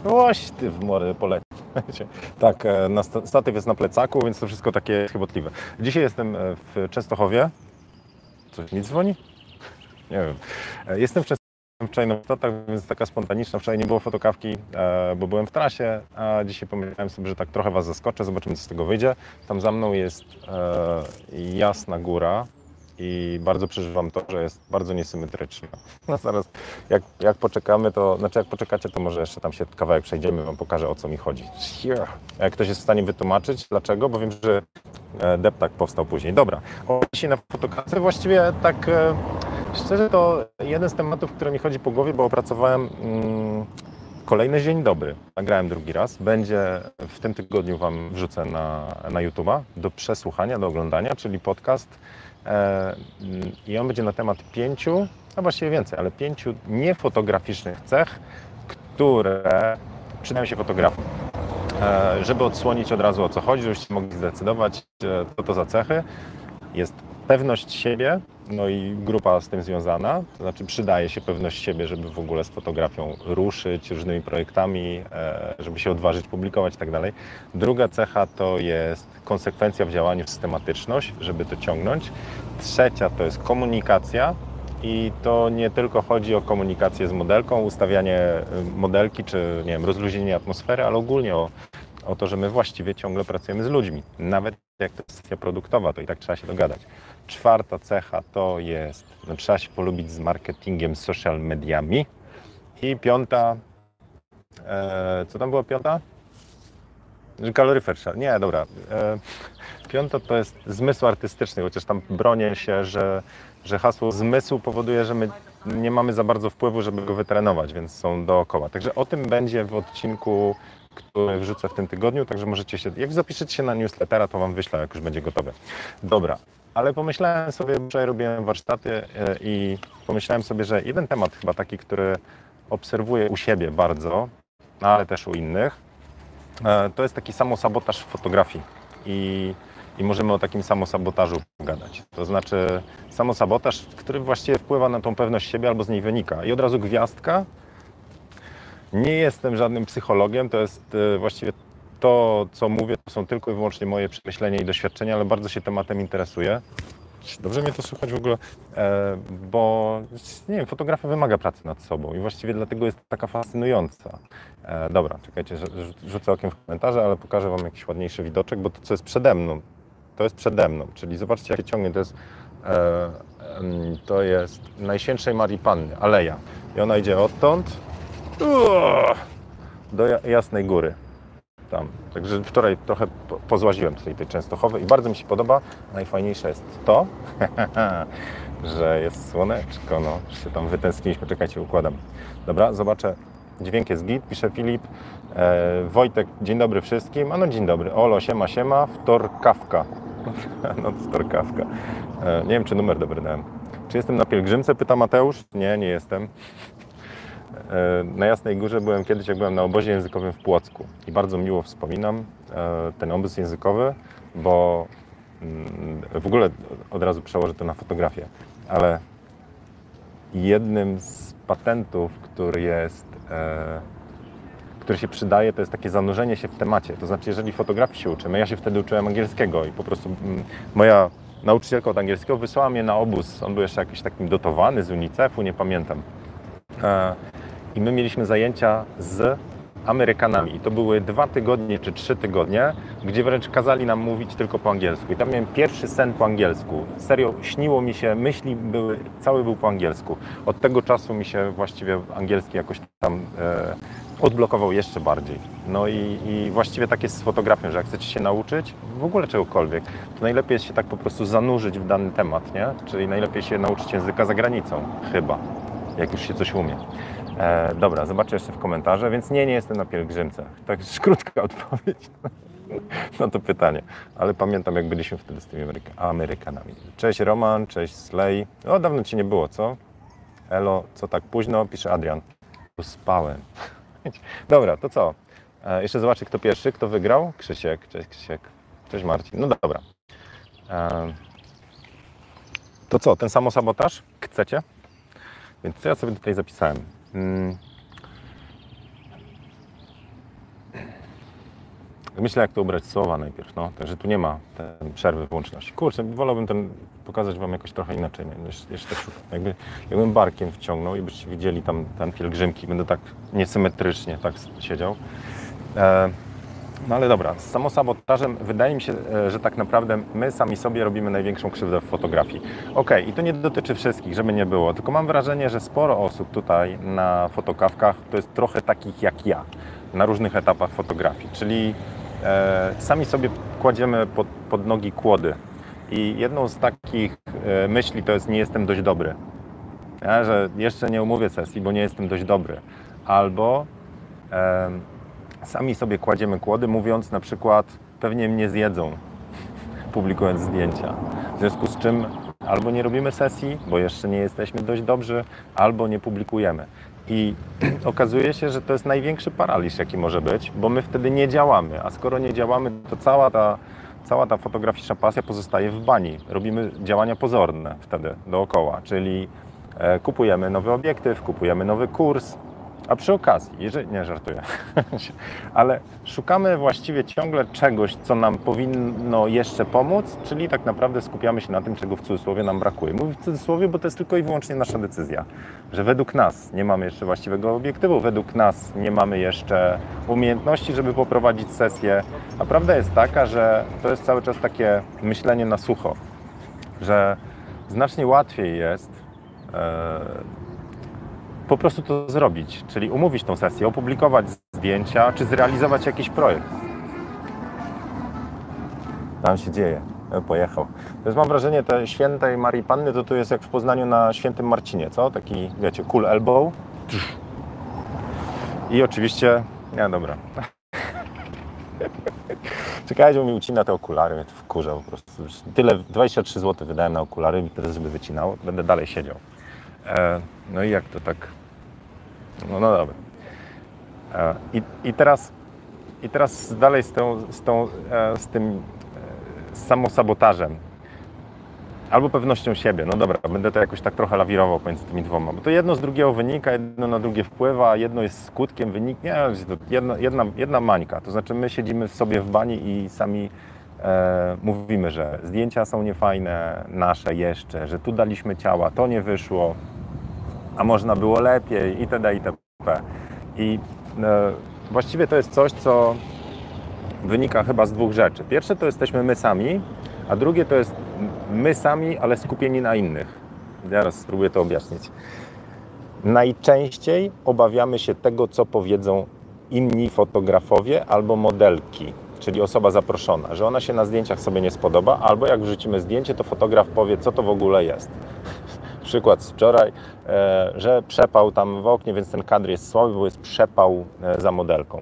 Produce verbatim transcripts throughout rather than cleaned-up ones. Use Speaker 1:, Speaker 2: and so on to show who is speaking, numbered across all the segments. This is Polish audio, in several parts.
Speaker 1: Oś ty w morę poleci. Tak, na statyw jest na plecaku, więc to wszystko takie chybotliwe. Dzisiaj jestem w Częstochowie. Coś mi dzwoni? Nie wiem. Jestem w Częstochowie. Wczoraj na Tatach, więc taka spontaniczna. Wczoraj nie było fotokawki, bo byłem w trasie, a dzisiaj pomyślałem sobie, że tak trochę Was zaskoczę, zobaczymy, co z tego wyjdzie. Tam za mną jest e, Jasna Góra i bardzo przeżywam to, że jest bardzo niesymetryczna. No zaraz, jak, jak poczekamy, to, znaczy jak poczekacie, to może jeszcze tam się kawałek przejdziemy, Wam pokażę, o co mi chodzi. Jak ktoś jest w stanie wytłumaczyć, dlaczego, bo wiem, że deptak powstał później. Dobra, o dzisiaj na fotokawce właściwie tak... E, Szczerze to jeden z tematów, który mi chodzi po głowie, bo opracowałem mm, kolejny Dzień Dobry. Nagrałem drugi raz. Będzie w tym tygodniu Wam wrzucę na, na YouTube'a do przesłuchania, do oglądania, czyli podcast. E, I on będzie na temat pięciu, a właściwie więcej, ale pięciu niefotograficznych cech, które przydają się fotografom. E, żeby odsłonić od razu, o co chodzi, żebyście mogli zdecydować, co to za cechy. Jest pewność siebie, no i grupa z tym związana, to znaczy przydaje się pewność siebie, żeby w ogóle z fotografią ruszyć, różnymi projektami, żeby się odważyć, publikować i tak dalej. Druga cecha to jest konsekwencja w działaniu, systematyczność, żeby to ciągnąć. Trzecia to jest komunikacja i to nie tylko chodzi o komunikację z modelką, ustawianie modelki czy nie wiem, rozluźnienie atmosfery, ale ogólnie o o to, że my właściwie ciągle pracujemy z ludźmi. Nawet jak to jest sesja produktowa, to i tak trzeba się dogadać. Czwarta cecha to jest, no, trzeba się polubić z marketingiem, social mediami. I piąta, e, co tam było piąta? Kaloryfer trzeba. Nie, dobra. E, piąta to jest zmysł artystyczny, chociaż tam bronię się, że, że hasło zmysł powoduje, że my nie mamy za bardzo wpływu, żeby go wytrenować, więc są dookoła. Także o tym będzie w odcinku, który wrzucę w tym tygodniu, także możecie się, jak zapiszecie się na newslettera, to Wam wyślę, jak już będzie gotowe. Dobra, ale pomyślałem sobie, wczoraj robiłem warsztaty i pomyślałem sobie, że jeden temat chyba taki, który obserwuję u siebie bardzo, ale też u innych, to jest taki samosabotaż w fotografii i, i możemy o takim samosabotażu pogadać. To znaczy samosabotaż, który właściwie wpływa na tą pewność siebie albo z niej wynika. I od razu gwiazdka. Nie jestem żadnym psychologiem, to jest właściwie to, co mówię, to są tylko i wyłącznie moje przemyślenia i doświadczenia, ale bardzo się tematem interesuję. Dobrze mnie to słuchać w ogóle, bo nie wiem, fotografia wymaga pracy nad sobą i właściwie dlatego jest taka fascynująca. Dobra, czekajcie, rzucę okiem w komentarze, ale pokażę Wam jakiś ładniejszy widoczek, bo to, co jest przede mną, to jest przede mną, czyli zobaczcie, jak się ciągnie, to jest, to jest Najświętszej Marii Panny, aleja i ona idzie odtąd do Jasnej Góry. Tam. Także wczoraj trochę pozłaziłem tutaj tej Częstochowy i bardzo mi się podoba. Najfajniejsze jest to, że jest słoneczko, no, że się tam wytęskniliśmy. Czekajcie, układam. Dobra, zobaczę. Dźwięk jest git, pisze Filip. E, Wojtek, dzień dobry wszystkim. A no dzień dobry. Olo, siema, siema. Wtorkawka. No, wtorkawka. E, nie wiem, czy numer dobry dałem. Czy jestem na pielgrzymce? Pyta Mateusz. Nie, nie jestem. Na Jasnej Górze byłem kiedyś, jak byłem na obozie językowym w Płocku i bardzo miło wspominam ten obóz językowy, bo w ogóle od razu przełożę to na fotografię, ale jednym z patentów, który jest, który się przydaje, to jest takie zanurzenie się w temacie. To znaczy, jeżeli fotografii się uczymy, ja się wtedy uczyłem angielskiego i po prostu moja nauczycielka od angielskiego wysłała mnie na obóz. On był jeszcze jakiś takim dotowany z UNICEF-u, nie pamiętam. I my mieliśmy zajęcia z Amerykanami. I to były dwa tygodnie czy trzy tygodnie, gdzie wręcz kazali nam mówić tylko po angielsku. I tam miałem pierwszy sen po angielsku. Serio, śniło mi się, myśli były, cały był po angielsku. Od tego czasu mi się właściwie angielski jakoś tam e, odblokował jeszcze bardziej. No i, i właściwie tak jest z fotografią, że jak chcecie się nauczyć w ogóle czegokolwiek, to najlepiej jest się tak po prostu zanurzyć w dany temat, nie? Czyli najlepiej się nauczyć języka za granicą, chyba, jak już się coś umie. E, dobra, zobaczę jeszcze w komentarze, więc nie, nie jestem na pielgrzymce. Tak jest krótka odpowiedź na to pytanie. Ale pamiętam, jak byliśmy wtedy z tymi Ameryka Amerykanami. Cześć Roman, cześć Slay. O, dawno Cię nie było, co? Elo, co tak późno? Pisze Adrian. Spałem. Dobra, to co? E, jeszcze zobaczę, kto pierwszy, kto wygrał. Krzysiek, cześć Krzysiek. Cześć Marcin. No dobra. E, to co, ten samosabotaż? Chcecie? Więc co ja sobie tutaj zapisałem? Myślę, jak to ubrać słowa najpierw, no. Także tu nie ma tej przerwy w łączności. Kurczę, wolałbym ten pokazać wam jakoś trochę inaczej. Nie? Jeszcze, jeszcze tak, jakby, jakbym barkiem wciągnął i byście widzieli tam ten pielgrzymki, będę tak niesymetrycznie tak siedział. E, no ale dobra, z samosabotażem wydaje mi się, że tak naprawdę my sami sobie robimy największą krzywdę w fotografii. Okej, okay, i to nie dotyczy wszystkich, żeby nie było, tylko mam wrażenie, że sporo osób tutaj na fotokawkach to jest trochę takich jak ja, na różnych etapach fotografii, czyli e, sami sobie kładziemy pod, pod nogi kłody i jedną z takich e, myśli to jest nie jestem dość dobry, ja, że jeszcze nie umówię sesji, bo nie jestem dość dobry, albo e, sami sobie kładziemy kłody, mówiąc na przykład pewnie mnie zjedzą, publikując zdjęcia, w związku z czym albo nie robimy sesji, bo jeszcze nie jesteśmy dość dobrzy, albo nie publikujemy. I okazuje się, że to jest największy paraliż, jaki może być, bo my wtedy nie działamy, a skoro nie działamy, to cała ta, cała ta fotograficzna pasja pozostaje w bani. Robimy działania pozorne wtedy dookoła, czyli e, kupujemy nowy obiektyw, kupujemy nowy kurs, a przy okazji, jeżeli, nie żartuję, ale szukamy właściwie ciągle czegoś, co nam powinno jeszcze pomóc, czyli tak naprawdę skupiamy się na tym, czego w cudzysłowie nam brakuje. Mówię w cudzysłowie, bo to jest tylko i wyłącznie nasza decyzja, że według nas nie mamy jeszcze właściwego obiektywu, według nas nie mamy jeszcze umiejętności, żeby poprowadzić sesję, a prawda jest taka, że to jest cały czas takie myślenie na sucho, że znacznie łatwiej jest e, po prostu to zrobić, czyli umówić tą sesję, opublikować zdjęcia, czy zrealizować jakiś projekt. Tam się dzieje. Pojechał. To jest, mam wrażenie, te świętej Marii Panny to tu jest jak w Poznaniu na Świętym Marcinie, co? Taki, wiecie, cool elbow. I oczywiście... Nie, dobra. Czekajcie, bo mi ucina te okulary, mnie to wkurza po prostu. Tyle, dwadzieścia trzy złote wydałem na okulary i teraz, żeby wycinało, będę dalej siedział. E, no i jak to tak? No, no dobra. E, i, i, teraz, I teraz dalej z, tą, z, tą, e, z tym e, z samosabotażem. Albo pewnością siebie. No dobra, będę to jakoś tak trochę lawirował pomiędzy tymi dwoma. Bo to jedno z drugiego wynika, jedno na drugie wpływa, a jedno jest skutkiem, wynik. Nie, jedna, jedna, jedna mańka. To znaczy my siedzimy sobie w bani i sami e, mówimy, że zdjęcia są niefajne, nasze jeszcze, że tu daliśmy ciała, to nie wyszło, a można było lepiej itd. itp. I e, właściwie to jest coś, co wynika chyba z dwóch rzeczy. Pierwsze to jesteśmy my sami, a drugie to jest my sami, ale skupieni na innych. Zaraz spróbuję to objaśnić. Najczęściej obawiamy się tego, co powiedzą inni fotografowie albo modelki, czyli osoba zaproszona, że ona się na zdjęciach sobie nie spodoba, albo jak wrzucimy zdjęcie, to fotograf powie, co to w ogóle jest. Przykład z wczoraj, że przepał tam w oknie, więc ten kadr jest słaby, bo jest przepał za modelką.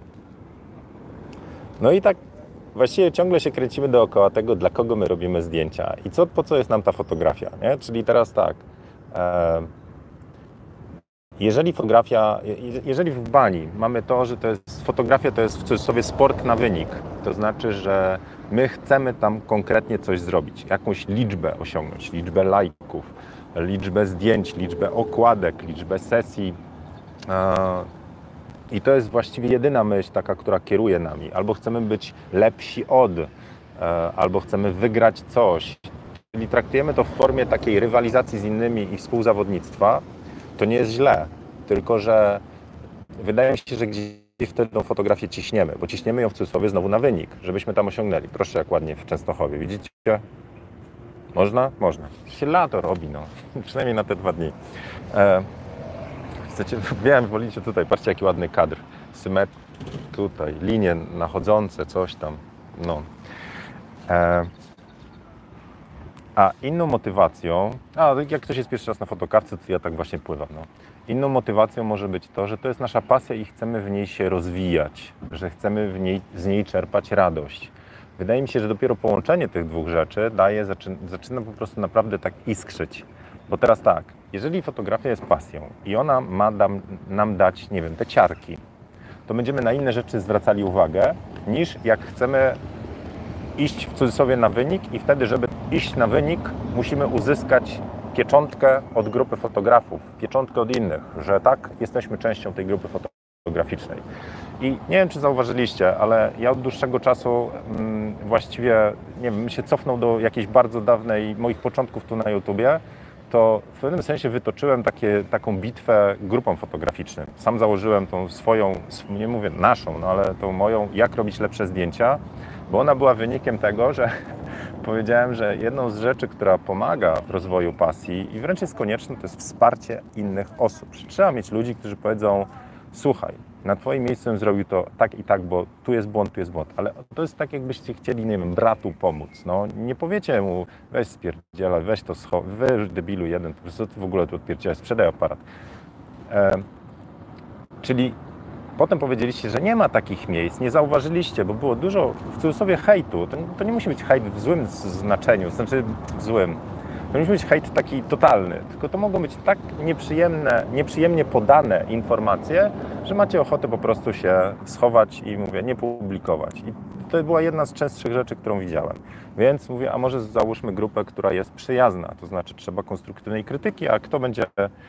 Speaker 1: No i tak właściwie ciągle się kręcimy dookoła tego, dla kogo my robimy zdjęcia i co, po co jest nam ta fotografia, nie? Czyli teraz tak, e, jeżeli fotografia, jeżeli w bani mamy to, że to jest fotografia, to jest w cudzysłowie sport na wynik, to znaczy, że my chcemy tam konkretnie coś zrobić, jakąś liczbę osiągnąć, liczbę lajków, liczbę zdjęć, liczbę okładek, liczbę sesji, e, i to jest właściwie jedyna myśl taka, która kieruje nami. Albo chcemy być lepsi od, albo chcemy wygrać coś. Czyli traktujemy to w formie takiej rywalizacji z innymi i współzawodnictwa. To nie jest źle, tylko że wydaje mi się, że gdzieś wtedy tą fotografię ciśniemy, bo ciśniemy ją w cudzysłowie znowu na wynik, żebyśmy tam osiągnęli. Proszę, jak ładnie w Częstochowie, widzicie? Można? Można. Się lato robi, no. Przynajmniej na te dwa dni. E Chcecie, wiem, wolicie tutaj, patrzcie jaki ładny kadr, symetr, tutaj, linie nachodzące, coś tam, no. E, a inną motywacją, a jak ktoś jest pierwszy raz na fotokawce, to ja tak właśnie pływam, no. Inną motywacją może być to, że to jest nasza pasja i chcemy w niej się rozwijać, że chcemy w niej, z niej czerpać radość. Wydaje mi się, że dopiero połączenie tych dwóch rzeczy daje, zaczyna, zaczyna po prostu naprawdę tak iskrzyć. Bo teraz tak, jeżeli fotografia jest pasją i ona ma dam, nam dać, nie wiem, te ciarki, to będziemy na inne rzeczy zwracali uwagę, niż jak chcemy iść w cudzysłowie na wynik i wtedy, żeby iść na wynik, musimy uzyskać pieczątkę od grupy fotografów, pieczątkę od innych, że tak, jesteśmy częścią tej grupy fotograficznej. I nie wiem, czy zauważyliście, ale ja od dłuższego czasu mm, właściwie, nie wiem, się cofnął do jakiejś bardzo dawnej moich początków tu na YouTubie, to w pewnym sensie wytoczyłem takie, taką bitwę grupom fotograficznym. Sam założyłem tą swoją, nie mówię naszą, no ale tą moją, jak robić lepsze zdjęcia, bo ona była wynikiem tego, że powiedziałem, że jedną z rzeczy, która pomaga w rozwoju pasji i wręcz jest konieczne, to jest wsparcie innych osób. Trzeba mieć ludzi, którzy powiedzą: słuchaj, na twoim miejscu bym zrobił to tak i tak, bo tu jest błąd, tu jest błąd. Ale to jest tak, jakbyście chcieli, nie wiem, bratu pomóc. No, nie powiecie mu: weź spierdzielaj, weź to schowaj, weź debilu jeden, po prostu w ogóle tu odpierdzielaj, sprzedaj aparat. E, czyli potem powiedzieliście, że nie ma takich miejsc, nie zauważyliście, bo było dużo, w cudzysłowie, hejtu. To, to nie musi być hejt w złym znaczeniu, znaczy w złym. To nie musi być hejt taki totalny, tylko to mogą być tak nieprzyjemne, nieprzyjemnie podane informacje, że macie ochotę po prostu się schować i, mówię, nie publikować. I to była jedna z częstszych rzeczy, którą widziałem. Więc mówię, a może załóżmy grupę, która jest przyjazna, to znaczy trzeba konstruktywnej krytyki, a kto będzie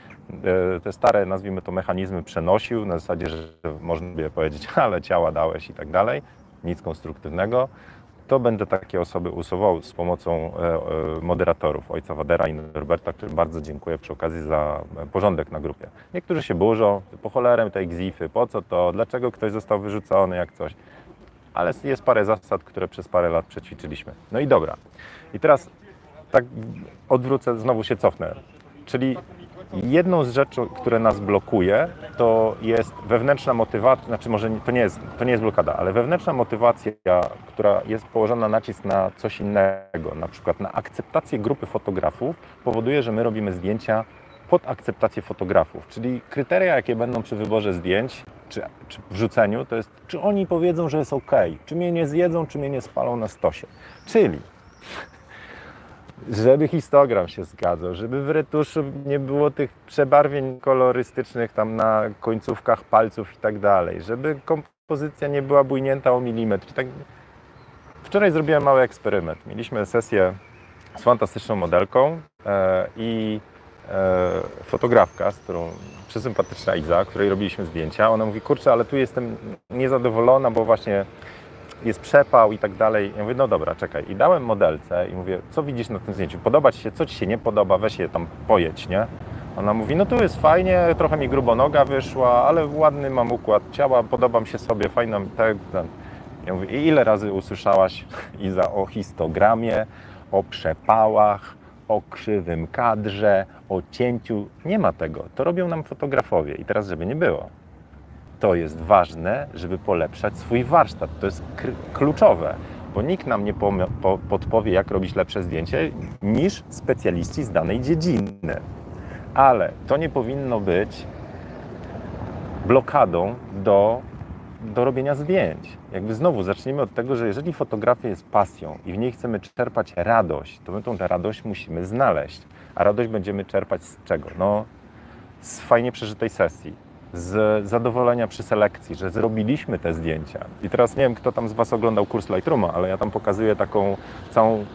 Speaker 1: te stare, nazwijmy to, mechanizmy przenosił, na zasadzie, że można by powiedzieć: ale ciała dałeś i tak dalej, nic konstruktywnego, to będę takie osoby usuwał z pomocą moderatorów, ojca Wadera i Norberta, którym bardzo dziękuję przy okazji za porządek na grupie. Niektórzy się burzą: po cholerę te egzify, po co to, dlaczego ktoś został wyrzucony, jak coś. Ale jest parę zasad, które przez parę lat przećwiczyliśmy. No i dobra. I teraz tak odwrócę, znowu się cofnę. Czyli jedną z rzeczy, które nas blokuje, to jest wewnętrzna motywacja, znaczy może to nie jest, to nie jest blokada, ale wewnętrzna motywacja, która jest położona nacisk na coś innego, na przykład na akceptację grupy fotografów, powoduje, że my robimy zdjęcia pod akceptację fotografów. Czyli kryteria, jakie będą przy wyborze zdjęć, czy, czy wrzuceniu, to jest, czy oni powiedzą, że jest ok, czy mnie nie zjedzą, czy mnie nie spalą na stosie. Czyli żeby histogram się zgadzał, żeby w retuszu nie było tych przebarwień kolorystycznych tam na końcówkach palców i tak dalej, żeby kompozycja nie była bujnięta o milimetr. I tak. Wczoraj zrobiłem mały eksperyment. Mieliśmy sesję z fantastyczną modelką e, i e, fotografka, z którą przesympatyczna Iza, której robiliśmy zdjęcia. Ona mówi: kurczę, ale tu jestem niezadowolona, bo właśnie jest przepał i tak dalej. Ja mówię: no dobra, czekaj. I dałem modelce i mówię: co widzisz na tym zdjęciu? Podoba ci się? Co ci się nie podoba? Weź je tam pojedź, nie? Ona mówi: no tu jest fajnie, trochę mi grubo noga wyszła, ale ładny mam układ ciała, podoba mi się sobie, fajna tak, ten. Ja mówię: i ile razy usłyszałaś, Iza, o histogramie, o przepałach, o krzywym kadrze, o cięciu? Nie ma tego. To robią nam fotografowie. I teraz, żeby nie było, to jest ważne, żeby polepszać swój warsztat. To jest kluczowe, bo nikt nam nie po podpowie, jak robić lepsze zdjęcie, niż specjaliści z danej dziedziny. Ale to nie powinno być blokadą do, do robienia zdjęć. Jakby znowu zacznijmy od tego, że jeżeli fotografia jest pasją i w niej chcemy czerpać radość, to my tą radość musimy znaleźć. A radość będziemy czerpać z czego? No, z fajnie przeżytej sesji, z zadowolenia przy selekcji, że zrobiliśmy te zdjęcia. I teraz nie wiem, kto tam z Was oglądał kurs Lightrooma, ale ja tam pokazuję taką całą e,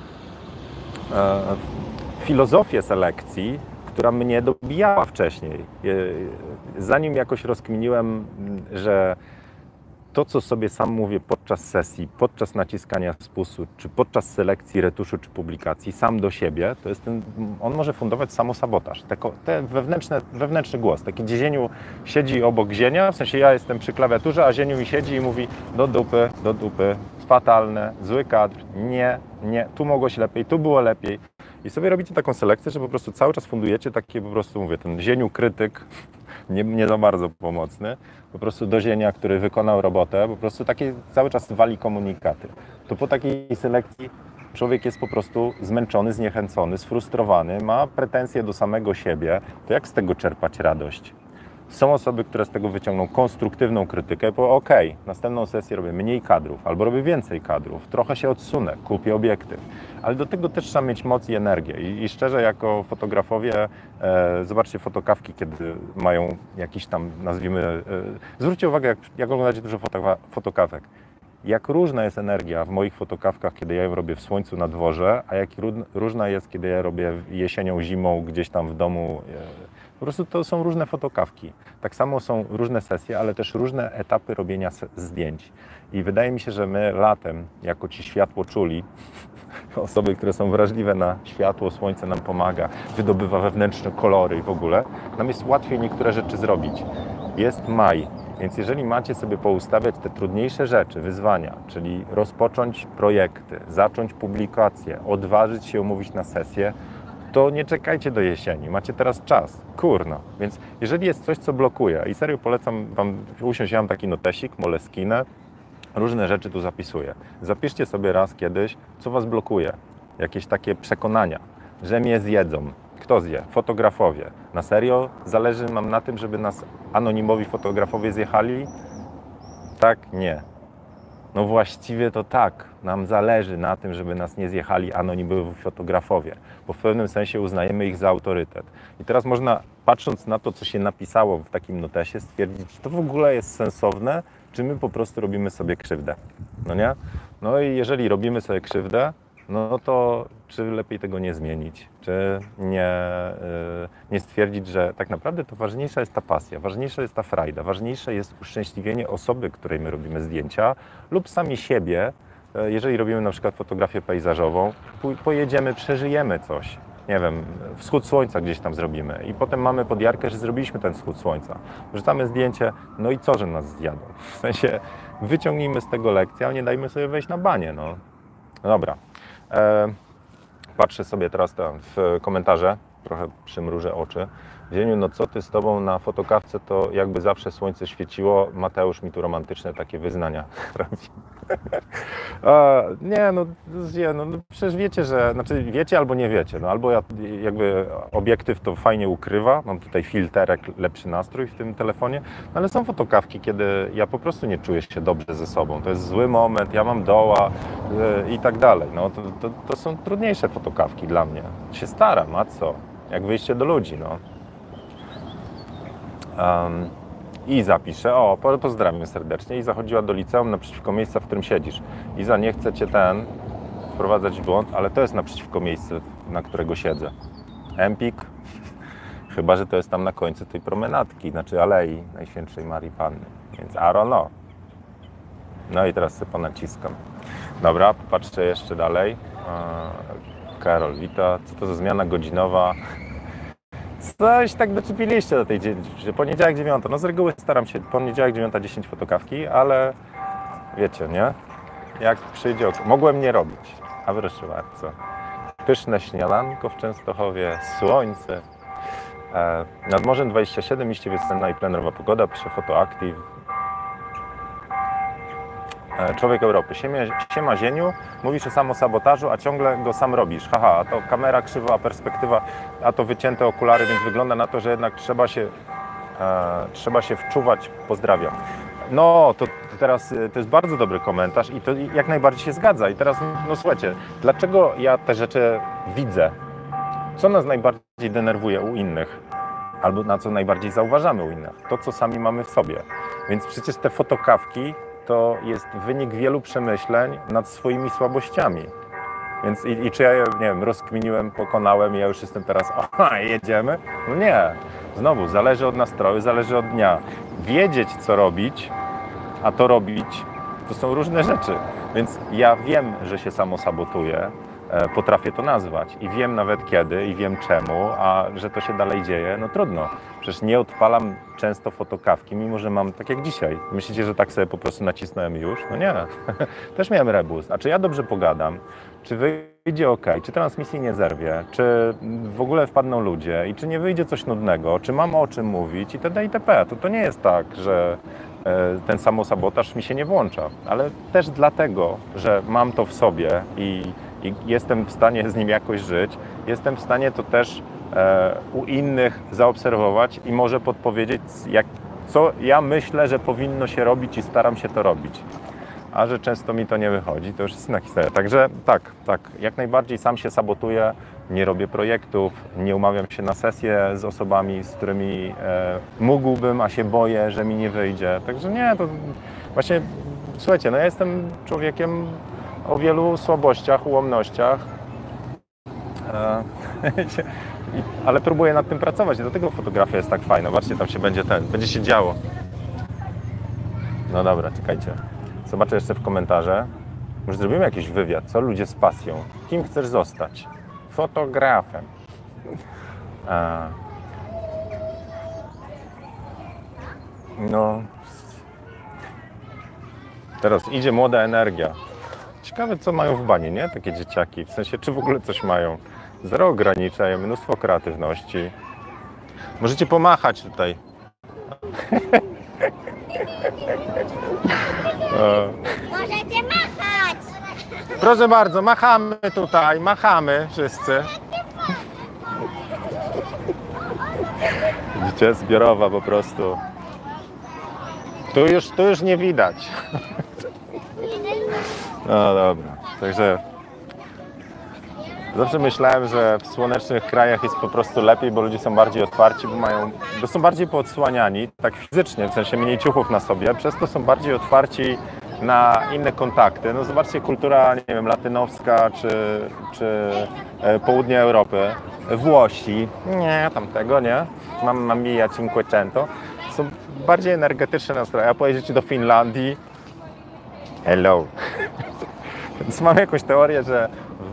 Speaker 1: filozofię selekcji, która mnie dobijała wcześniej. Zanim jakoś rozkminiłem, że to, co sobie sam mówię podczas sesji, podczas naciskania spustu, czy podczas selekcji, retuszu, czy publikacji, sam do siebie, to jest ten, on może fundować samosabotaż. Te, te wewnętrzne, wewnętrzny głos, taki, gdzie Zieniu siedzi obok Zienia, w sensie ja jestem przy klawiaturze, a Zieniu mi siedzi i mówi: do dupy, do dupy, fatalne, zły kadr, nie, nie, tu mogłoś lepiej, tu było lepiej. I sobie robicie taką selekcję, że po prostu cały czas fundujecie takie, po prostu mówię, ten Zieniu krytyk, nie, nie za bardzo pomocny, po prostu do Zienia, który wykonał robotę, po prostu takie cały czas wali komunikaty. To po takiej selekcji człowiek jest po prostu zmęczony, zniechęcony, sfrustrowany, ma pretensje do samego siebie. To jak z tego czerpać radość? Są osoby, które z tego wyciągną konstruktywną krytykę, bo okej, okay, następną sesję robię mniej kadrów, albo robię więcej kadrów, trochę się odsunę, kupię obiektyw. Ale do tego też trzeba mieć moc i energię. I, i szczerze, jako fotografowie, e, zobaczcie fotokawki, kiedy mają jakiś tam, nazwijmy, e, zwróćcie uwagę, jak, jak oglądacie dużo fotoka- fotokawek. jak różna jest energia w moich fotokawkach, kiedy ja ją robię w słońcu na dworze, a jak różna jest, kiedy ja robię jesienią, zimą, gdzieś tam w domu. Po prostu to są różne fotokawki. Tak samo są różne sesje, ale też różne etapy robienia zdjęć. I wydaje mi się, że my latem, jako ci światło czuli, osoby, które są wrażliwe na światło, słońce nam pomaga, wydobywa wewnętrzne kolory i w ogóle, nam jest łatwiej niektóre rzeczy zrobić. Jest maj, więc jeżeli macie sobie poustawiać te trudniejsze rzeczy, wyzwania, czyli rozpocząć projekty, zacząć publikację, odważyć się umówić na sesję, to nie czekajcie do jesieni, macie teraz czas, kurno. Więc jeżeli jest coś, co blokuje, i serio polecam Wam usiąść, ja mam taki notesik, Moleskine, różne rzeczy tu zapisuję. Zapiszcie sobie raz kiedyś, co Was blokuje, jakieś takie przekonania, że mnie zjedzą. Kto zje? Fotografowie. Na serio? Zależy nam na tym, żeby nas anonimowi fotografowie zjechali? Tak? Nie. No właściwie to tak. Nam zależy na tym, żeby nas nie zjechali anonimowi fotografowie, bo w pewnym sensie uznajemy ich za autorytet. I teraz można, patrząc na to, co się napisało w takim notesie, stwierdzić, czy to w ogóle jest sensowne, czy my po prostu robimy sobie krzywdę. No nie? No i jeżeli robimy sobie krzywdę, no to czy lepiej tego nie zmienić, czy nie, yy, nie stwierdzić, że tak naprawdę to ważniejsza jest ta pasja, ważniejsza jest ta frajda, ważniejsze jest uszczęśliwienie osoby, której my robimy zdjęcia lub sami siebie, yy, jeżeli robimy na przykład fotografię pejzażową, pojedziemy, przeżyjemy coś, nie wiem, wschód słońca gdzieś tam zrobimy i potem mamy podjarkę, że zrobiliśmy ten wschód słońca, wrzucamy zdjęcie, no i co, że nas zjadą, w sensie wyciągnijmy z tego lekcję, a nie dajmy sobie wejść na banie, no. No dobra. E, patrzę sobie teraz tam w komentarze, trochę przymrużę oczy. Zieniu, no co ty z tobą na fotokawce, to jakby zawsze słońce świeciło. Mateusz mi tu romantyczne takie wyznania robi. A, nie, no, nie, no, no przecież wiecie, że, znaczy wiecie albo nie wiecie, no albo ja, jakby obiektyw to fajnie ukrywa, mam tutaj filterek, lepszy nastrój w tym telefonie, no, ale są fotokawki, kiedy ja po prostu nie czuję się dobrze ze sobą, to jest zły moment, ja mam doła yy, i tak dalej, no to, to, to są trudniejsze fotokawki dla mnie, się staram, a co, jak wyjście do ludzi, no. Um, Iza pisze, o, pozdrawiam serdecznie. Iza chodziła do liceum naprzeciwko miejsca, w którym siedzisz. Iza, nie chcę cię ten wprowadzać w błąd, ale to jest naprzeciwko miejsca, na którego siedzę. Empik, chyba że to jest tam na końcu tej promenadki, znaczy Alei Najświętszej Marii Panny. Więc I don't know. No i teraz sobie ponaciskam. Dobra, patrzę jeszcze dalej. Karol wita. Co to za zmiana godzinowa? Coś tak doczepiliście do tej dziewczyny. Poniedziałek dziewiąta. No z reguły staram się poniedziałek dziewiąta dziesięć fotokawki, ale wiecie, nie? Jak przyjdzie ok. Mogłem nie robić, a proszę bardzo. Pyszne śniadanko w Częstochowie, słońce. E, nad Morzem dwadzieścia siedem, iście wiosenna i plenerowa pogoda, pisze Fotoactive. Człowiek Europy. Siema, siema Zieniu, mówisz o samosabotażu, a ciągle go sam robisz. Haha, a to kamera krzywa, a perspektywa, a to wycięte okulary, więc wygląda na to, że jednak trzeba się, e, trzeba się wczuwać. Pozdrawiam. No, to, to teraz to jest bardzo dobry komentarz i to jak najbardziej się zgadza. I teraz, no słuchajcie, dlaczego ja te rzeczy widzę? Co nas najbardziej denerwuje u innych? Albo na co najbardziej zauważamy u innych? To, co sami mamy w sobie. Więc przecież te fotokawki to jest wynik wielu przemyśleń nad swoimi słabościami. Więc i, i czy ja, nie wiem, rozkminiłem, pokonałem i ja już jestem teraz, o, jedziemy? No nie. Znowu, zależy od nastroju, zależy od dnia. Wiedzieć, co robić, a to robić, to są różne rzeczy. Więc ja wiem, że się samo sabotuję, potrafię to nazwać i wiem nawet kiedy i wiem czemu, a że to się dalej dzieje, no trudno. Przecież nie odpalam często fotokawki, mimo że mam, tak jak dzisiaj. Myślicie, że tak sobie po prostu nacisnąłem już? No nie. Też miałem rebus. A czy ja dobrze pogadam? Czy wyjdzie ok? Czy transmisji nie zerwie? Czy w ogóle wpadną ludzie? I czy nie wyjdzie coś nudnego? Czy mam o czym mówić? Itd. itp. To, to nie jest tak, że ten samosabotaż mi się nie włącza. Ale też dlatego, że mam to w sobie i i jestem w stanie z nim jakoś żyć, jestem w stanie to też e, u innych zaobserwować i może podpowiedzieć, jak, co ja myślę, że powinno się robić i staram się to robić. A że często mi to nie wychodzi, to już jest inna historia. Także tak, tak, jak najbardziej sam się sabotuję, nie robię projektów, nie umawiam się na sesje z osobami, z którymi e, mógłbym, a się boję, że mi nie wyjdzie. Także nie, to właśnie Słuchajcie, no ja jestem człowiekiem o wielu słabościach, ułomnościach, e, ale próbuję nad tym pracować i dlatego fotografia jest tak fajna. Zobaczcie, tam się będzie ten, będzie się działo. No dobra, czekajcie. Zobaczę jeszcze w komentarze. Może zrobimy jakiś wywiad, co ludzie z pasją. Kim chcesz zostać? Fotografem. A. No. Teraz idzie młoda energia. Ciekawe, co mają w bani, nie? Takie dzieciaki. W sensie, czy w ogóle coś mają. Zero ograniczeń, mnóstwo kreatywności. Możecie pomachać tutaj.
Speaker 2: Możecie machać!
Speaker 1: Proszę bardzo, machamy tutaj, machamy wszyscy. Widzicie, zbiorowa po prostu. Tu już, tu już nie widać. No dobra, także zawsze myślałem, że w słonecznych krajach jest po prostu lepiej, bo ludzie są bardziej otwarci, bo mają, bo są bardziej poodsłaniani, tak fizycznie, w sensie mniej ciuchów na sobie, przez to są bardziej otwarci na inne kontakty. No zobaczcie, kultura, nie wiem, latynowska czy, czy e, południe Europy, Włosi, nie, tamtego, nie, Mamma mia, cinquecento, są bardziej energetyczne nastroje, a pojedziecie do Finlandii, hello. Więc mam jakąś teorię, że w,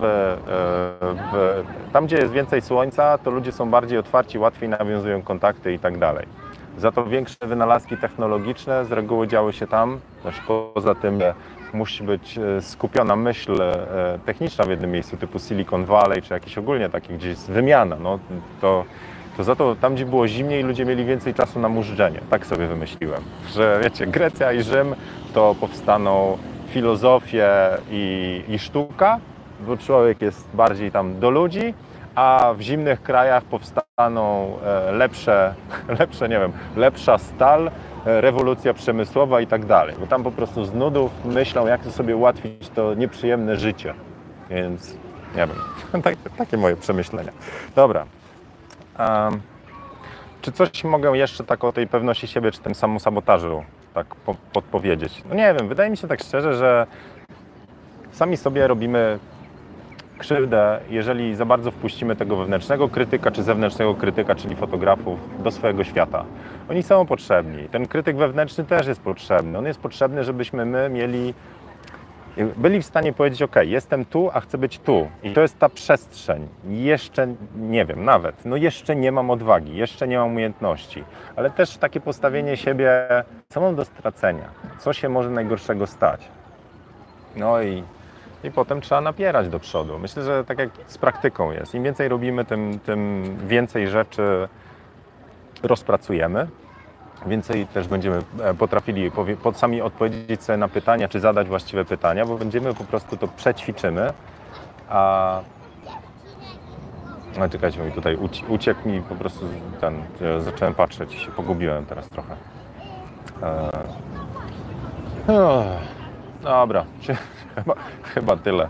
Speaker 1: w, tam, gdzie jest więcej słońca, to ludzie są bardziej otwarci, łatwiej nawiązują kontakty i tak dalej. Za to większe wynalazki technologiczne z reguły działy się tam. Też poza tym musi być skupiona myśl techniczna w jednym miejscu, typu Silicon Valley, czy jakieś ogólnie takie, gdzie jest wymiana. No, to, to za to tam, gdzie było zimniej, ludzie mieli więcej czasu na mużdżenie. Tak sobie wymyśliłem, że wiecie, Grecja i Rzym to powstaną filozofie i, i sztuka, bo człowiek jest bardziej tam do ludzi, a w zimnych krajach powstaną lepsze, lepsze, nie wiem, lepsza stal, rewolucja przemysłowa i tak dalej, bo tam po prostu z nudów myślą, jak to sobie ułatwić to nieprzyjemne życie, więc nie wiem, tak, takie moje przemyślenia. Dobra, um, czy coś mogę jeszcze tak o tej pewności siebie, czy tym samosabotażu tak po, podpowiedzieć? No nie wiem, wydaje mi się tak szczerze, że sami sobie robimy krzywdę, jeżeli za bardzo wpuścimy tego wewnętrznego krytyka, czy zewnętrznego krytyka, czyli fotografów, do swojego świata. Oni są potrzebni. Ten krytyk wewnętrzny też jest potrzebny. On jest potrzebny, żebyśmy my mieli, byli w stanie powiedzieć, ok, jestem tu, a chcę być tu. I to jest ta przestrzeń. Jeszcze nie wiem, nawet, no jeszcze nie mam odwagi, jeszcze nie mam umiejętności. Ale też takie postawienie siebie, co mam do stracenia, co się może najgorszego stać. No i I potem trzeba napierać do przodu. Myślę, że tak jak z praktyką jest. Im więcej robimy, tym, tym więcej rzeczy rozpracujemy. Więcej też będziemy potrafili sami odpowiedzieć sobie na pytania, czy zadać właściwe pytania, bo będziemy po prostu to przećwiczymy. A no, czekajcie, mi tutaj uciekł mi po prostu ten, zacząłem patrzeć i się pogubiłem teraz trochę. Eee. Dobra. Chyba, chyba tyle.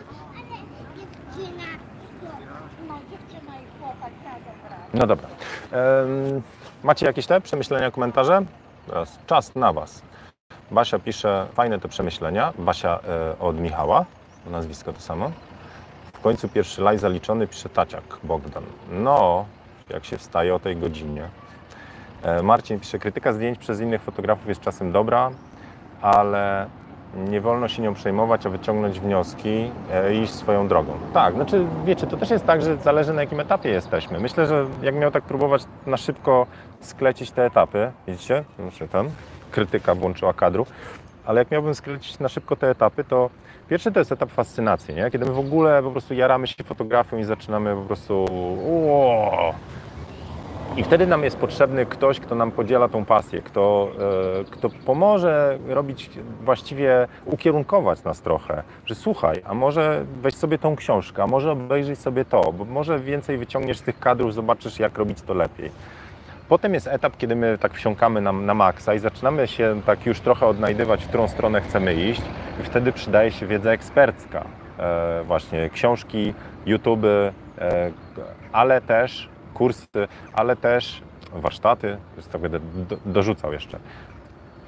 Speaker 1: No dobra. Ehm, macie jakieś te przemyślenia, komentarze? Teraz czas na Was. Basia pisze, fajne te przemyślenia. Basia e, od Michała, nazwisko to samo. W końcu pierwszy live zaliczony, pisze Taciak Bogdan. No, jak się wstaje o tej godzinie. E, Marcin pisze, krytyka zdjęć przez innych fotografów jest czasem dobra, ale nie wolno się nią przejmować, a wyciągnąć wnioski i iść swoją drogą. Tak, znaczy wiecie, to też jest tak, że zależy na jakim etapie jesteśmy. Myślę, że jak miał tak próbować na szybko sklecić te etapy, widzicie, znaczy tam krytyka włączyła kadru, ale jak miałbym sklecić na szybko te etapy, to pierwszy to jest etap fascynacji, nie? Kiedy my w ogóle po prostu jaramy się fotografią i zaczynamy po prostu uuu, i wtedy nam jest potrzebny ktoś, kto nam podziela tą pasję, kto, e, kto pomoże robić, właściwie ukierunkować nas trochę, że słuchaj, a może weź sobie tą książkę, a może obejrzyj sobie to, bo może więcej wyciągniesz z tych kadrów, zobaczysz, jak robić to lepiej. Potem jest etap, kiedy my tak wsiąkamy na, na maksa i zaczynamy się tak już trochę odnajdywać, w którą stronę chcemy iść i wtedy przydaje się wiedza ekspercka, e, właśnie książki, YouTube, e, ale też kursy, ale też warsztaty, to będę do, dorzucał jeszcze.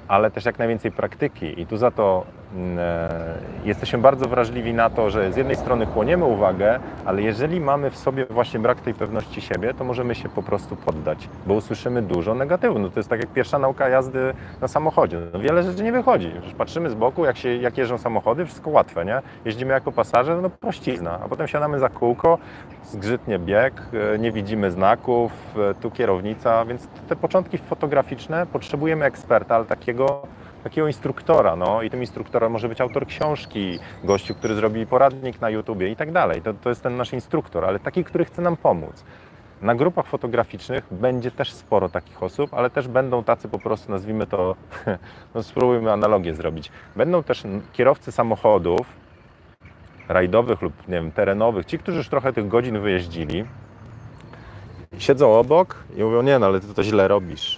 Speaker 1: ale też jak najwięcej praktyki i tu za to e, jesteśmy bardzo wrażliwi na to, że z jednej strony chłoniemy uwagę, ale jeżeli mamy w sobie właśnie brak tej pewności siebie, to możemy się po prostu poddać, bo usłyszymy dużo negatywu. No to jest tak jak pierwsza nauka jazdy na samochodzie. No wiele rzeczy nie wychodzi. Przecież patrzymy z boku, jak, się, jak jeżdżą samochody, wszystko łatwe, nie? Jeździmy jako pasażer, no prościzna, a potem siadamy za kółko, zgrzytnie bieg, e, nie widzimy znaków, e, tu kierownica, więc te początki fotograficzne potrzebujemy eksperta, ale takiego takiego instruktora, no i tym instruktorem może być autor książki, gościu, który zrobi poradnik na YouTubie i tak dalej. To, to jest ten nasz instruktor, ale taki, który chce nam pomóc. Na grupach fotograficznych będzie też sporo takich osób, ale też będą tacy po prostu, nazwijmy to, no spróbujmy analogię zrobić. Będą też kierowcy samochodów rajdowych lub, nie wiem, terenowych, ci, którzy już trochę tych godzin wyjeździli, siedzą obok i mówią, nie no, ale ty to źle robisz.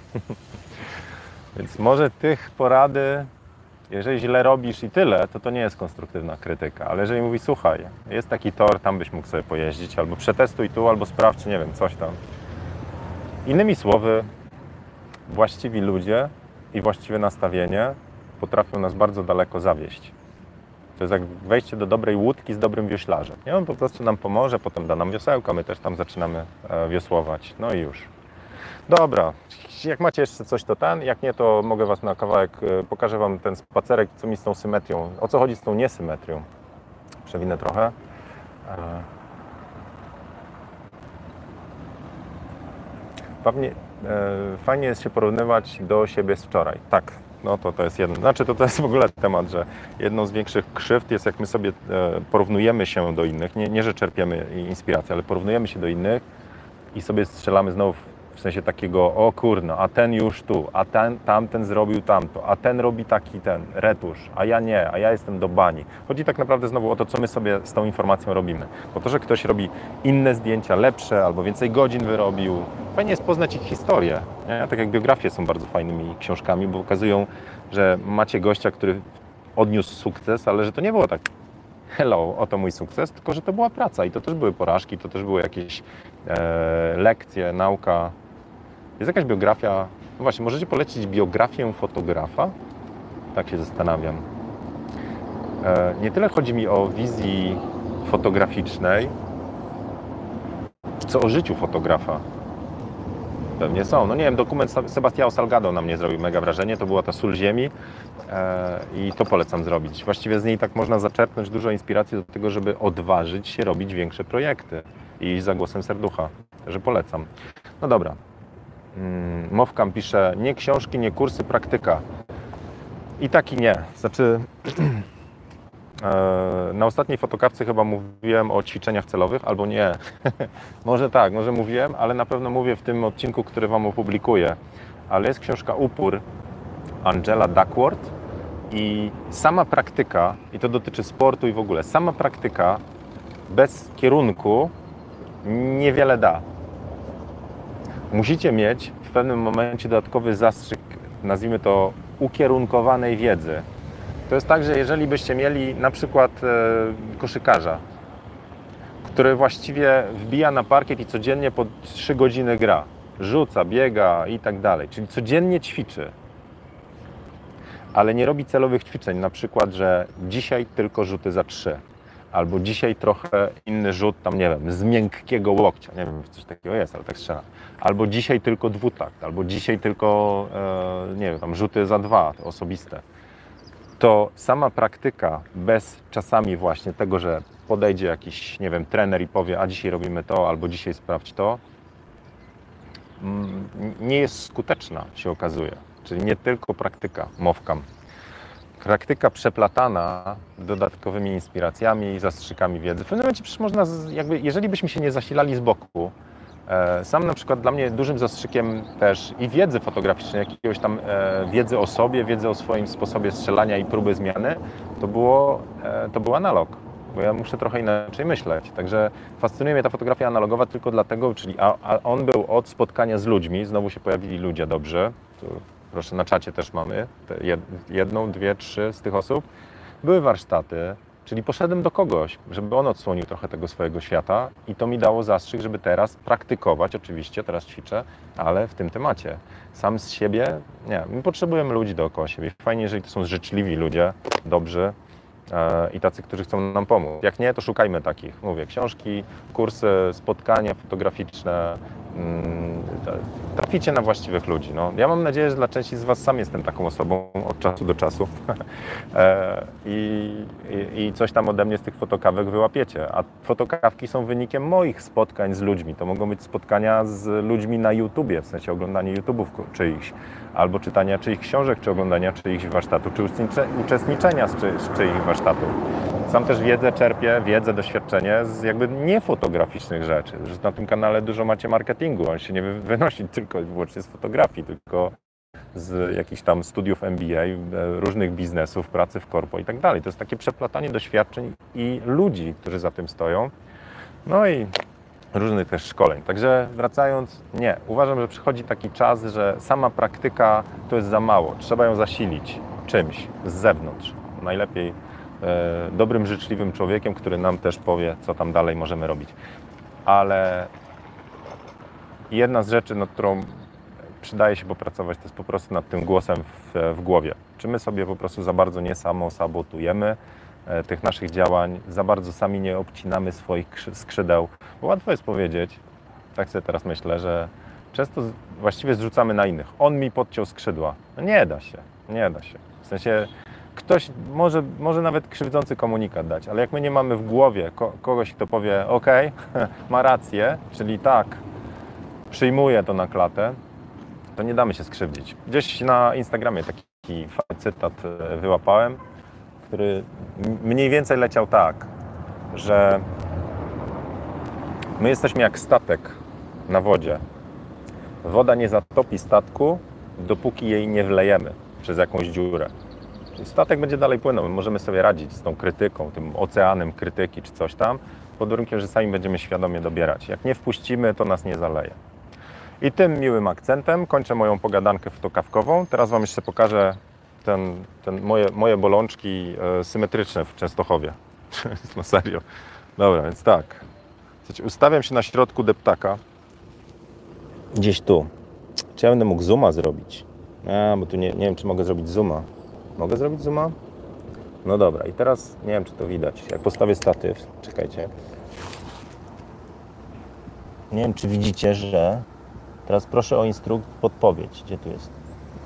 Speaker 1: Więc może tych porady, jeżeli źle robisz i tyle, to to nie jest konstruktywna krytyka, ale jeżeli mówi, słuchaj, jest taki tor, tam byś mógł sobie pojeździć, albo przetestuj tu, albo sprawdź, nie wiem, coś tam. Innymi słowy, właściwi ludzie i właściwe nastawienie potrafią nas bardzo daleko zawieść. To jest jak wejście do dobrej łódki z dobrym wioślarzem. Nie? On po prostu nam pomoże, potem da nam wiosełka, my też tam zaczynamy wiosłować, no i już. Dobra, jak macie jeszcze coś, to ten, jak nie, to mogę Was na kawałek, pokażę Wam ten spacerek, co mi z tą symetrią, o co chodzi z tą niesymetrią. Przewinę trochę. Pewnie e, fajnie jest się porównywać do siebie z wczoraj. Tak, no to to jest jedno, znaczy to, to jest w ogóle temat, że jedną z większych krzywd jest, jak my sobie e, porównujemy się do innych, nie, nie, że czerpiemy inspirację, ale porównujemy się do innych i sobie strzelamy znowu w sensie takiego, o kurno, a ten już tu, a ten, tamten zrobił tamto, a ten robi taki ten retusz, a ja nie, a ja jestem do bani. Chodzi tak naprawdę znowu o to, co my sobie z tą informacją robimy. Bo to, że ktoś robi inne zdjęcia, lepsze, albo więcej godzin wyrobił, fajnie jest poznać ich historię. Nie? Tak jak biografie są bardzo fajnymi książkami, bo pokazują, że macie gościa, który odniósł sukces, ale że to nie było tak, hello, oto mój sukces, tylko że to była praca i to też były porażki, to też były jakieś e, lekcje, nauka. Jest jakaś biografia, no właśnie, możecie polecić biografię fotografa? Tak się zastanawiam. E, nie tyle chodzi mi o wizji fotograficznej, co o życiu fotografa. Pewnie są. No nie wiem, dokument Sebastião Salgado na mnie zrobił mega wrażenie, to była ta Sól Ziemi e, i to polecam zrobić. Właściwie z niej tak można zaczerpnąć dużo inspiracji do tego, żeby odważyć się robić większe projekty i iść za głosem serducha. Także polecam. No dobra. Mowkam pisze, nie książki, nie kursy, praktyka. I tak i nie. Znaczy, na ostatniej fotokawce chyba mówiłem o ćwiczeniach celowych, albo nie. Może tak, może mówiłem, ale na pewno mówię w tym odcinku, który Wam opublikuję. Ale jest książka Upór Angela Duckworth i sama praktyka, i to dotyczy sportu i w ogóle, sama praktyka bez kierunku niewiele da. Musicie mieć w pewnym momencie dodatkowy zastrzyk, nazwijmy to, ukierunkowanej wiedzy. To jest tak, że jeżeli byście mieli na przykład e, koszykarza, który właściwie wbija na parkiet i codziennie po trzy godziny gra, rzuca, biega i tak dalej, czyli codziennie ćwiczy, ale nie robi celowych ćwiczeń, na przykład, że dzisiaj tylko rzuty za trzy, albo dzisiaj trochę inny rzut, tam nie wiem, z miękkiego łokcia, nie wiem, coś takiego jest, ale tak strzela. Albo dzisiaj tylko dwutakt, albo dzisiaj tylko, e, nie wiem, tam rzuty za dwa, osobiste. To sama praktyka bez czasami właśnie tego, że podejdzie jakiś, nie wiem, trener i powie, a dzisiaj robimy to, albo dzisiaj sprawdź to, nie jest skuteczna, się okazuje. Czyli nie tylko praktyka, mowkam. Praktyka przeplatana dodatkowymi inspiracjami, zastrzykami wiedzy. W pewnym momencie przecież można, jakby, jeżeli byśmy się nie zasilali z boku, e, sam na przykład dla mnie dużym zastrzykiem też i wiedzy fotograficznej, jakiegoś tam e, wiedzy o sobie, wiedzy o swoim sposobie strzelania i próby zmiany, to, było, e, to był analog, bo ja muszę trochę inaczej myśleć. Także fascynuje mnie ta fotografia analogowa tylko dlatego, czyli a, a on był od spotkania z ludźmi, znowu się pojawili ludzie dobrze, tu, proszę, na czacie też mamy jedną, dwie, trzy z tych osób. Były warsztaty, Czyli poszedłem do kogoś, żeby on odsłonił trochę tego swojego świata i to mi dało zastrzyk, żeby teraz praktykować, oczywiście, teraz ćwiczę, ale w tym temacie. Sam z siebie, nie, my potrzebujemy ludzi dookoła siebie. Fajnie, jeżeli to są życzliwi ludzie, dobrzy e, i tacy, którzy chcą nam pomóc. Jak nie, to szukajmy takich. Mówię, książki, kursy, spotkania fotograficzne, mm, traficie na właściwych ludzi. No. Ja mam nadzieję, że dla części z Was sam jestem taką osobą od czasu do czasu e, i, i, i coś tam ode mnie z tych fotokawek wyłapiecie. A fotokawki są wynikiem moich spotkań z ludźmi. To mogą być spotkania z ludźmi na YouTubie, w sensie oglądanie YouTube'ów czyichś, albo czytania czyichś książek, czy oglądania czyichś warsztatów, czy uczestniczenia z, czy, z czyichś warsztatów. Sam też wiedzę czerpię, wiedzę, doświadczenie z jakby niefotograficznych rzeczy. Że na tym kanale dużo macie marketingu, on się nie wynosi tylko i wyłącznie z fotografii, tylko z jakichś tam studiów M B A, różnych biznesów, pracy w korpo i tak dalej. To jest takie przeplatanie doświadczeń i ludzi, którzy za tym stoją. No i różnych też szkoleń. Także wracając, nie, uważam, że przychodzi taki czas, że sama praktyka to jest za mało. Trzeba ją zasilić czymś z zewnątrz. Najlepiej e, dobrym, życzliwym człowiekiem, który nam też powie, co tam dalej możemy robić. Ale jedna z rzeczy, nad którą przydaje się popracować, to jest po prostu nad tym głosem w, w głowie. Czy my sobie po prostu za bardzo nie samo sabotujemy e, tych naszych działań, za bardzo sami nie obcinamy swoich skrzydeł, bo łatwo jest powiedzieć, tak sobie teraz myślę, że często z, właściwie zrzucamy na innych. On mi podciął skrzydła. No nie da się, nie da się. W sensie ktoś może, może nawet krzywdzący komunikat dać, ale jak my nie mamy w głowie ko kogoś, kto powie ok, ma rację, czyli tak, przyjmuje to na klatę, to nie damy się skrzywdzić. Gdzieś na Instagramie taki fajny cytat wyłapałem, który mniej więcej leciał tak, że my jesteśmy jak statek na wodzie. Woda nie zatopi statku, dopóki jej nie wlejemy przez jakąś dziurę. Czyli statek będzie dalej płynął. My możemy sobie radzić z tą krytyką, tym oceanem krytyki czy coś tam, pod warunkiem, że sami będziemy świadomie dobierać. Jak nie wpuścimy, to nas nie zaleje. I tym miłym akcentem kończę moją pogadankę fotokawkową. Teraz Wam jeszcze pokażę ten, ten moje, moje bolączki e, symetryczne w Częstochowie. No serio. Dobra, więc tak. Słuchajcie, ustawiam się na środku deptaka. Gdzieś tu. Czy ja będę mógł zooma zrobić? A, bo tu nie, nie wiem, czy mogę zrobić zooma. Mogę zrobić zooma? No dobra. I teraz nie wiem, czy to widać. Jak postawię statyw, czekajcie. Nie wiem, czy widzicie, że... Teraz proszę o instrukcję, podpowiedź. Gdzie tu jest?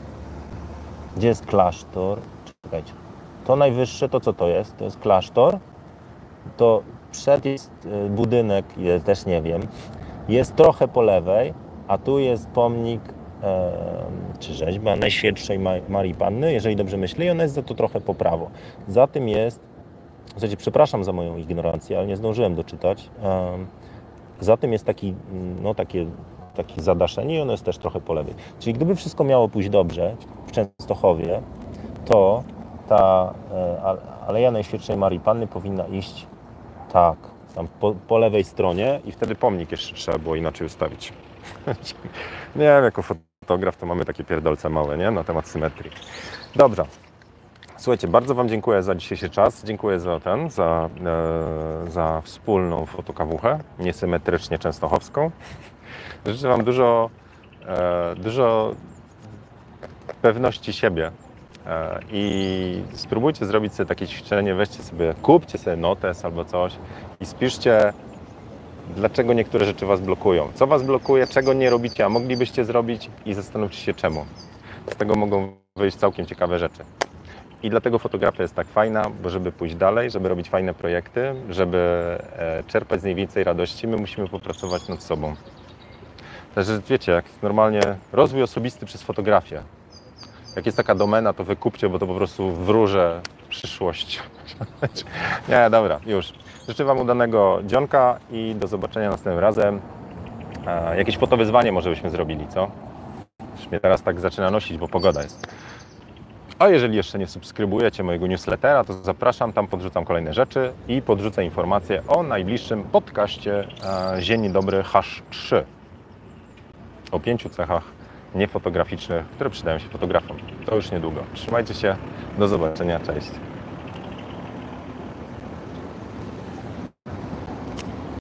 Speaker 1: Gdzie jest klasztor? Czekajcie. To najwyższe, to co to jest? To jest klasztor. To przed jest budynek, ja też nie wiem. Jest trochę po lewej, a tu jest pomnik e, czy rzeźba Najświętszej Marii Panny, jeżeli dobrze myślę, i ona jest za to trochę po prawo. Za tym jest, w zasadzie przepraszam za moją ignorancję, ale nie zdążyłem doczytać. E, za tym jest taki, no takie takie zadaszenie i ono jest też trochę po lewej. Czyli gdyby wszystko miało pójść dobrze w Częstochowie, to ta e, Aleja Najświętszej Marii Panny powinna iść tak, tam po, po lewej stronie i wtedy pomnik jeszcze trzeba było inaczej ustawić. Nie wiem, jako fotograf to mamy takie pierdolce małe, nie? Na temat symetrii. Dobrze. Słuchajcie, bardzo Wam dziękuję za dzisiejszy czas. Dziękuję za ten, za, e, za wspólną fotokawuchę, niesymetrycznie częstochowską. Życzę Wam dużo, e, dużo pewności siebie e, i spróbujcie zrobić sobie takie ćwiczenie, weźcie sobie, kupcie sobie notes albo coś i spiszcie, dlaczego niektóre rzeczy Was blokują. Co Was blokuje, czego nie robicie, a moglibyście zrobić i zastanówcie się czemu. Z tego mogą wyjść całkiem ciekawe rzeczy. I dlatego fotografia jest tak fajna, bo żeby pójść dalej, żeby robić fajne projekty, żeby e, czerpać z niej więcej radości, my musimy popracować nad sobą. Także wiecie, jak normalnie rozwój osobisty przez fotografię. Jak jest taka domena, to wykupcie, bo to po prostu wróży przyszłość. Nie, dobra, już. Życzę Wam udanego dzionka i do zobaczenia następnym razem. E, jakieś fotowyzwanie może byśmy zrobili, co? Już mnie teraz tak zaczyna nosić, bo pogoda jest. A jeżeli jeszcze nie subskrybujecie mojego newslettera, to zapraszam, tam podrzucam kolejne rzeczy i podrzucę informacje o najbliższym podcaście e, Dzień Dobry hash trzy. O pięciu cechach niefotograficznych, które przydają się fotografom. To już niedługo. Trzymajcie się, do zobaczenia, cześć.